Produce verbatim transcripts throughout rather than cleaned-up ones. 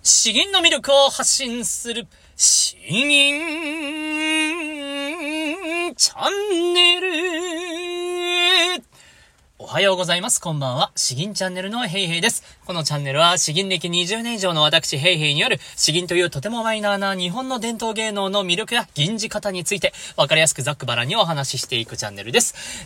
詩吟の魅力を発信する詩吟チャンネル。おはようございます。こんばんは。詩吟チャンネルのヘイヘイです。このチャンネルは詩吟歴にじゅうねん以上の私ヘイヘイによる詩吟というとてもマイナーな日本の伝統芸能の魅力や吟じ方についてわかりやすくざっくばらんにお話ししていくチャンネルです。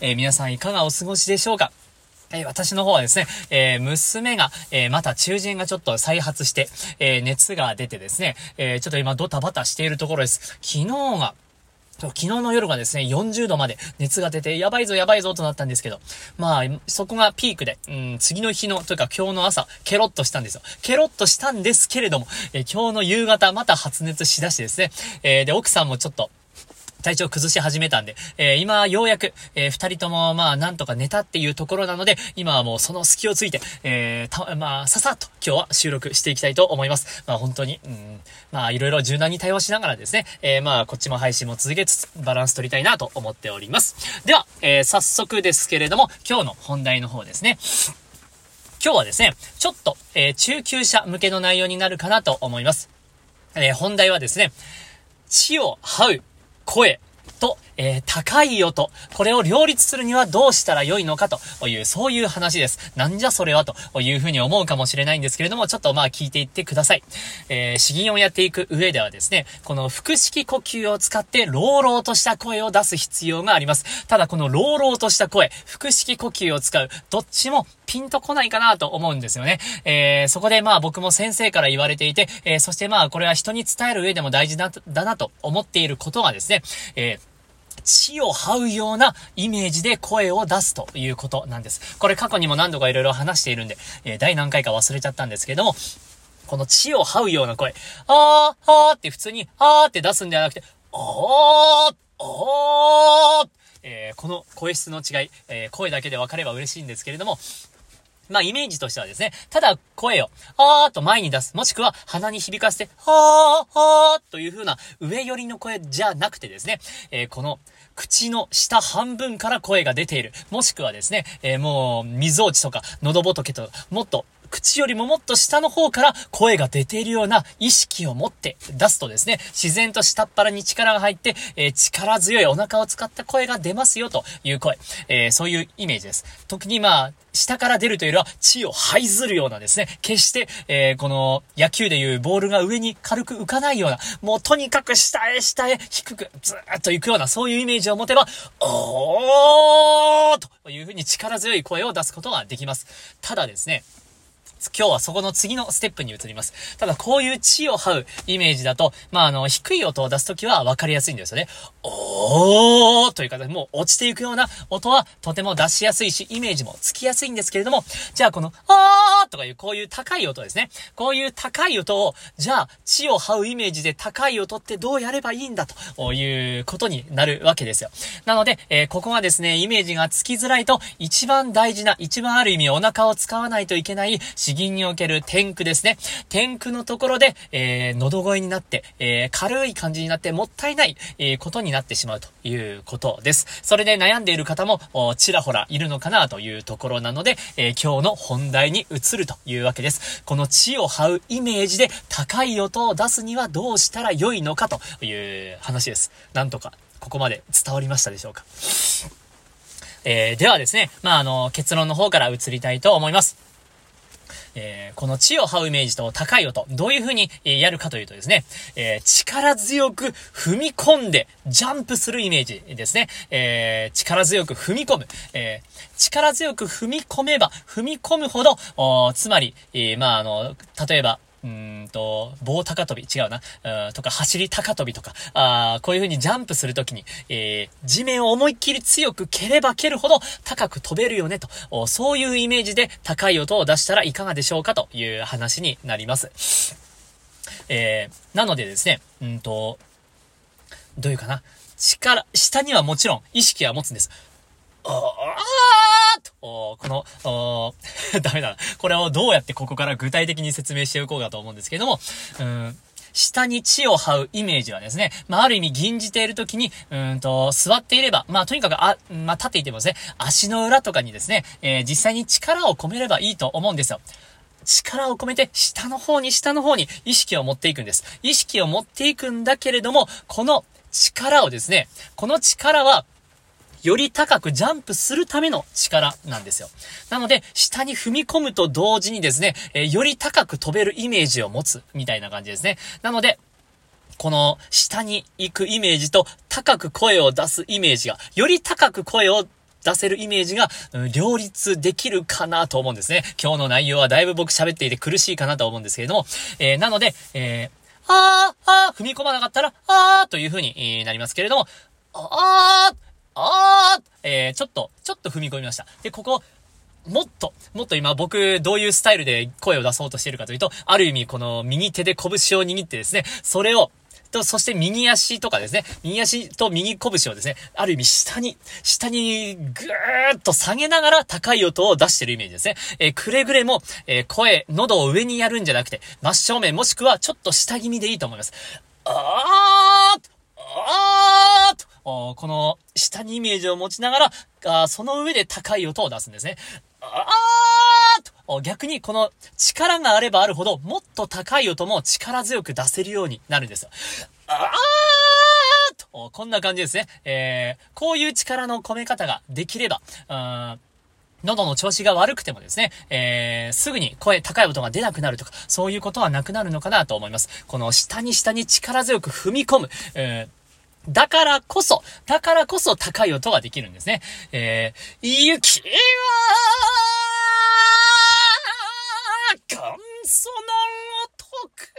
えー、皆さんいかがお過ごしでしょうか。えー、私の方はですね、えー、娘が、えー、また中耳炎がちょっと再発して、えー、熱が出てですね、えー、ちょっと今ドタバタしているところです。昨日が、昨日の夜がですね、よんじゅうどまで熱が出て、やばいぞやばいぞとなったんですけど、まあ、そこがピークで、うん、次の日の、というか今日の朝、ケロッとしたんですよ。ケロッとしたんですけれども、えー、今日の夕方、また発熱しだしてですね、えー、で、奥さんもちょっと、体調崩し始めたんで、えー、今ようやく、えー、二人ともまあなんとか寝たっていうところなので、今はもうその隙をついて、えー、た、まあささっと今日は収録していきたいと思います。まあ本当に、うん、まあいろいろ柔軟に対応しながらですね、えー、まあこっちも配信も続けつつバランス取りたいなと思っております。では、えー、早速ですけれども、今日の本題の方ですね。今日はですね、ちょっと、えー、中級者向けの内容になるかなと思います。えー、本題はですね、地を這う声と、えー、高い音。これを両立するにはどうしたら良いのかという、そういう話です。なんじゃそれはというふうに思うかもしれないんですけれども、ちょっとまあ聞いていってください。えー、詩吟をやっていく上ではですね、この腹式呼吸を使って朗々とした声を出す必要があります。ただこの朗々とした声、腹式呼吸を使う、どっちもピンとこないかなと思うんですよね。えー、そこでまあ僕も先生から言われていて、えー、そしてまあこれは人に伝える上でも大事だ、だなと思っていることがですね、えー地を這うようなイメージで声を出すということなんです。これ過去にも何度かいろいろ話しているんで、えー、第何回か忘れちゃったんですけども、この地を這うような声、あー、あーって普通に、あーって出すんではなくて、おー、おー、えー、この声質の違い、えー、声だけで分かれば嬉しいんですけれども、まあ、イメージとしてはですね、ただ声を、あーと前に出す、もしくは鼻に響かせて、はー、はーという風な上寄りの声じゃなくてですね、えー、この口の下半分から声が出ている。もしくはですね、えー、もう、溝落ちとか、喉仏とか、もっと、口よりももっと下の方から声が出ているような意識を持って出すとですね、自然と下っ腹に力が入って、えー、力強いお腹を使った声が出ますよという声。えー、そういうイメージです。特にまあ、下から出るというよりは、地を這いずるようなですね、決して、えー、この野球でいうボールが上に軽く浮かないような、もうとにかく下へ下へ低くずーっと行くような、そういうイメージを持てば、おーというふうに力強い声を出すことができます。ただですね、今日はそこの次のステップに移ります。ただこういう地を這うイメージだと、まあ、あの、低い音を出すときは分かりやすいんですよね。おーという形で、もう落ちていくような音はとても出しやすいし、イメージもつきやすいんですけれども、じゃあこの、あーとかいうこういう高い音ですね。こういう高い音を、じゃあ地を這うイメージで高い音ってどうやればいいんだということになるわけですよ。なので、えー、ここがですね、イメージがつきづらいと、一番大事な、一番ある意味お腹を使わないといけない詩吟における天空ですね。天空のところで、えー、喉声になって、えー、軽い感じになってもったいない、えー、ことになってしまうということです。それで悩んでいる方もちらほらいるのかなというところなので、えー、今日の本題に移るというわけです。この地を這うイメージで高い音を出すにはどうしたら良いのかという話です。なんとかここまで伝わりましたでしょうか。えー、ではですね、まあ、あの、結論の方から移りたいと思います。えー、この地を這うイメージと高い音、どういう風に、えー、やるかというとですね、えー、力強く踏み込んでジャンプするイメージですね。えー、力強く踏み込む、えー。力強く踏み込めば踏み込むほど、つまり、えー、まあ、あの、例えば、うーんと、棒高跳び、違うな、うとか走り高跳びとか、あこういう風にジャンプするときに、えー、地面を思いっきり強く蹴れば蹴るほど高く飛べるよねと、そういうイメージで高い音を出したらいかがでしょうかという話になります。えー、なのでですね、うんと、どういうかな、力、下にはもちろん意識は持つんです。あーと、この、ダメだな。これをどうやってここから具体的に説明しておこうかと思うんですけども、うーん下に地を這うイメージはですね、まあ、ある意味吟じている時に、うーんと、座っていれば、まあ、とにかく、あ、まあ、立っていてもですね、足の裏とかにですね、えー、実際に力を込めればいいと思うんですよ。 力を込めて下の方に下の方に意識を持っていくんです。意識を持っていくんだけれども、この力をですね、この力はより高くジャンプするための力なんですよ。なので、下に踏み込むと同時にですね、えー、より高く飛べるイメージを持つみたいな感じですね。なので、この下に行くイメージと高く声を出すイメージが、より高く声を出せるイメージが、うん、両立できるかなと思うんですね。今日の内容はだいぶ僕喋っていて苦しいかなと思うんですけれども、えー、なので、えー、あー、あー、踏み込まなかったら、あーという風になりますけれども、あー、あー、えー、ちょっと、ちょっと踏み込みました。で、ここ、もっと、もっと今僕どういうスタイルで声を出そうとしているかというと、ある意味この右手で拳を握ってですね、それを、と、そして右足とかですね、右足と右拳をですね、ある意味下に、下にぐーっと下げながら高い音を出しているイメージですね。えー、くれぐれも、えー、声、喉を上にやるんじゃなくて、真正面もしくはちょっと下気味でいいと思います。あーあーと、この下にイメージを持ちながら、あその上で高い音を出すんですね。あーと、逆にこの力があればあるほど、もっと高い音も力強く出せるようになるんですよ。あーと、こんな感じですね。えー、こういう力の込め方ができれば、うん喉の調子が悪くてもですね、えー、すぐに声、高い音が出なくなるとか、そういうことはなくなるのかなと思います。この下に下に力強く踏み込む、えー、だからこそ、だからこそ高い音ができるんですね。えー、雪は、乾燥のごとく、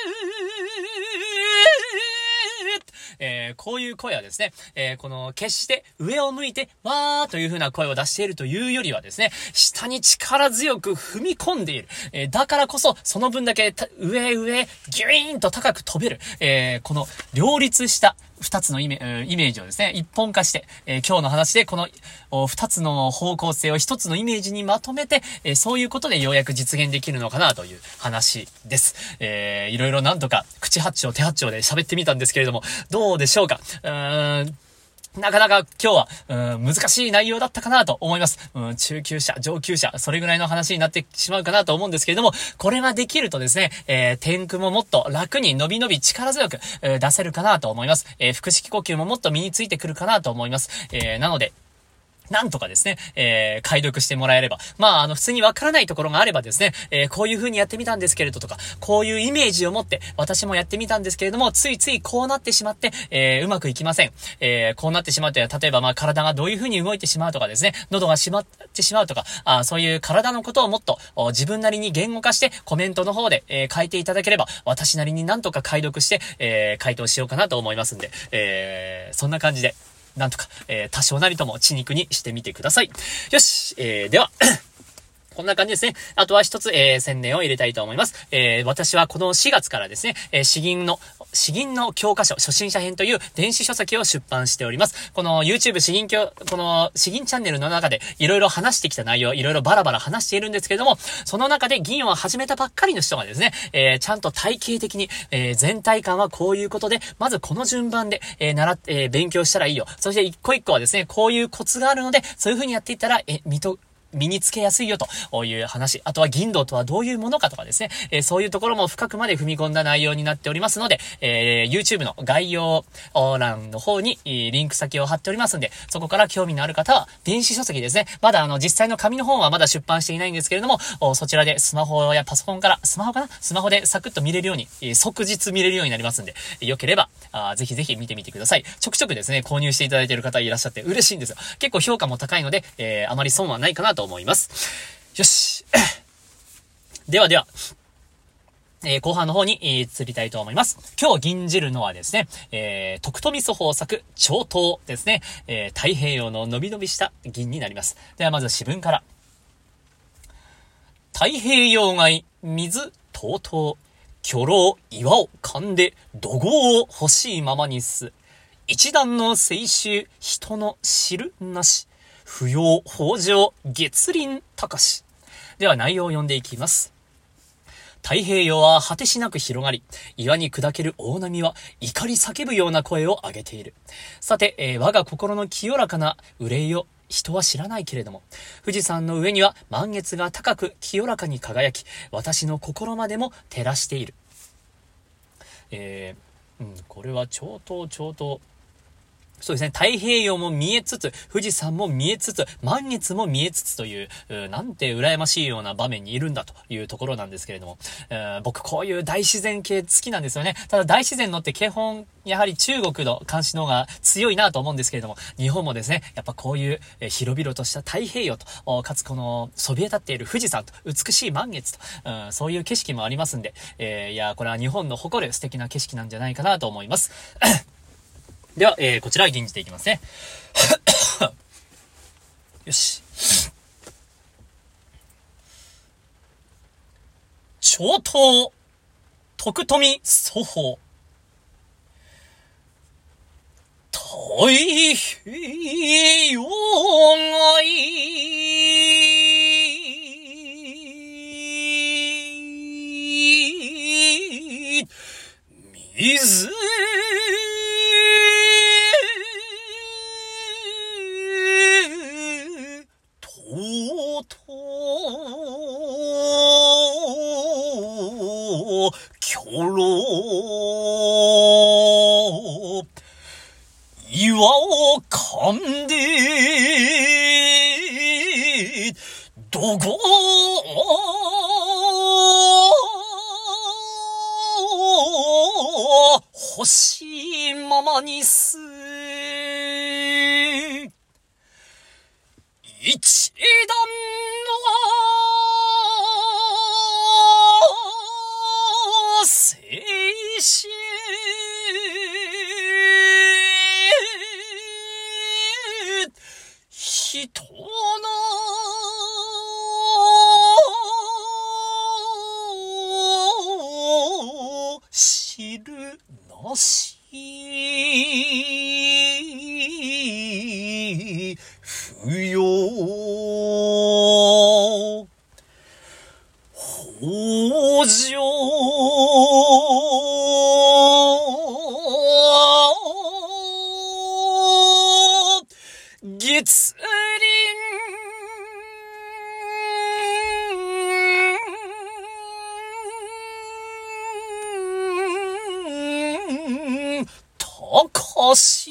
えー、こういう声はですね、えー、この決して上を向いてわーという風な声を出しているというよりはですね、下に力強く踏み込んでいる、えー、だからこそその分だけ上上ギュイーンと高く飛べる、えー、この両立した二つのイメ、イメージをですね、一本化して、えー、今日の話でこの二つの方向性を一つのイメージにまとめて、えー、そういうことでようやく実現できるのかなという話です。えー、いろいろなんとか口八丁手八丁で喋ってみたんですけれども、どうでしょうか。うーんなかなか今日は、うん、難しい内容だったかなと思います。うん、中級者、上級者、それぐらいの話になってしまうかなと思うんですけれども、これができるとですね、えー、天空ももっと楽に伸び伸び力強く、えー、出せるかなと思います。えー、腹式呼吸ももっと身についてくるかなと思います。えー、なので、なんとかですね、えー、解読してもらえれば。まあ、あの、普通にわからないところがあればですね、えー、こういう風にやってみたんですけれどとか、こういうイメージを持って、私もやってみたんですけれども、ついついこうなってしまって、えー、うまくいきません。えー、こうなってしまうというのは、例えばまあ、体がどういう風に動いてしまうとかですね、喉が閉まってしまうとか、あそういう体のことをもっと、自分なりに言語化して、コメントの方で、えー、書いていただければ、私なりになんとか解読して、えー、回答しようかなと思いますんで、えー、そんな感じで、なんとか、えー、多少なりとも血肉にしてみてください。よし、えー、では、こんな感じですね。あとは一つ、えー、宣伝を入れたいと思います。えー、私はこのしがつからですね、えー、詩吟の、詩吟の教科書、初心者編という電子書籍を出版しております。この YouTube 詩吟教、この詩吟チャンネルの中でいろいろ話してきた内容、いろいろバラバラ話しているんですけれども、その中で吟を始めたばっかりの人がですね、えー、ちゃんと体系的に、えー、全体感はこういうことで、まずこの順番で、えー、習って、えー、勉強したらいいよ。そして一個一個はですね、こういうコツがあるので、そういう風にやっていったら、え、見と、身につけやすいよという話。あとは銀道とはどういうものかとかですね。えー、そういうところも深くまで踏み込んだ内容になっておりますので、えー、YouTube の概要欄の方にリンク先を貼っておりますんで、そこから興味のある方は電子書籍ですね。まだあの実際の紙の本はまだ出版していないんですけれども、そちらでスマホやパソコンから、スマホかなスマホでサクッと見れるように、えー、即日見れるようになりますんで、よければあぜひぜひ見てみてください。ちょくちょくですね、購入していただいている方いらっしゃって嬉しいんですよ。結構評価も高いので、えー、あまり損はないかなと思います。よし。ではでは、えー、後半の方に、えー、移りたいと思います。今日吟じるのはですね、えー、徳富祖豊作、長刀ですね、えー、太平洋の伸び伸びした吟になります。ではまず詩文から。太平洋外、水、とうとう、巨浪、岩を噛んで、怒号を欲しいままにす。一段の青春、人の知るなし。不要、北条、月輪、高し。では内容を読んでいきます。太平洋は果てしなく広がり、岩に砕ける大波は怒り叫ぶような声を上げている。さて、えー、我が心の清らかな憂いを人は知らないけれども、富士山の上には満月が高く清らかに輝き、私の心までも照らしている。えー、うん、これは超東超東。そうですね。太平洋も見えつつ、富士山も見えつつ、満月も見えつつという、うなんて羨ましいような場面にいるんだというところなんですけれども、えー、僕こういう大自然系好きなんですよね。ただ大自然のって基本、やはり中国の監視の方が強いなと思うんですけれども、日本もですね、やっぱこういう、えー、広々とした太平洋と、かつこのそびえ立っている富士山と美しい満月と、うん、そういう景色もありますんで、えー、いや、これは日本の誇る素敵な景色なんじゃないかなと思います。では、えー、こちら吟じていきますね。よし。長東、徳富、祖法。太平洋が水岩を噛んでどこ欲しいままにす一段の青春人の知るなし不要北条月輪高し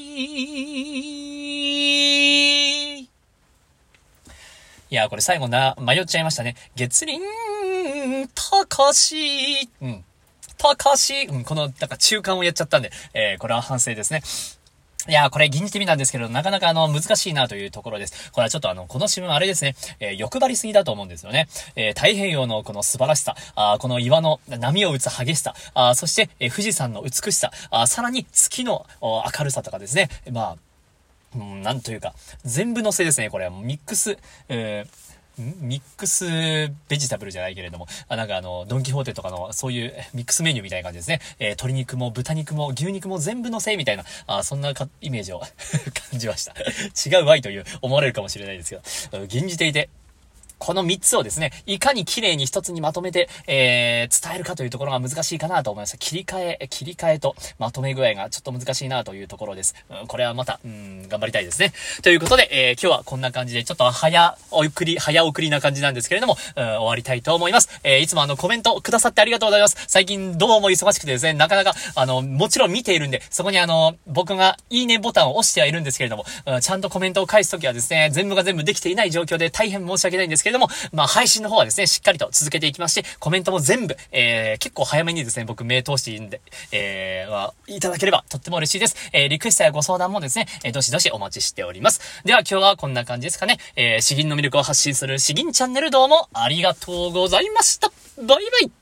いや、これ最後な、迷っちゃいましたね。月輪高しうん。高しうん、この、なんか中間をやっちゃったんで、えー、これは反省ですね。いやー、これ、吟じてみたんですけど、なかなかあの、難しいなというところです。これはちょっとあの、この詩文あれですね、えー、欲張りすぎだと思うんですよね。えー、太平洋のこの素晴らしさ、あこの岩の波を打つ激しさ、あそして、えー、富士山の美しさ、あさらに月の明るさとかですね。まあ、うん、なんというか、全部のせですね、これはミックス、えーミックスベジタブルじゃないけれども、あ、なんかあの、ドンキホーテとかのそういうミックスメニューみたいな感じですね。えー、鶏肉も豚肉も牛肉も全部のせいみたいな、あそんなかイメージを感じました。違うわいという思われるかもしれないですけど、吟じていて、この三つをですね、いかに綺麗に一つにまとめて、えー、伝えるかというところが難しいかなと思いました。切り替え、切り替えとまとめ具合がちょっと難しいなというところです。うん、これはまた、うん、頑張りたいですね。ということで、えー、今日はこんな感じで、ちょっと早送り、早送りな感じなんですけれども、うん、終わりたいと思います。えー、いつもあのコメントくださってありがとうございます。最近どうも忙しくてですね、なかなか、あの、もちろん見ているんで、そこにあの、僕がいいねボタンを押してはいるんですけれども、うん、ちゃんとコメントを返すときはですね、全部が全部できていない状況で大変申し訳ないんですけれども、まあ、配信の方はですね、しっかりと続けていきまして、コメントも全部、えー、結構早めにですね、僕目通しているんで、えー、まあ、いただければとっても嬉しいです。えー、リクエストやご相談もですね、えー、どしどしお待ちしております。では今日はこんな感じですかね。えー、詩吟の魅力を発信する詩吟チャンネルどうもありがとうございました。バイバイ。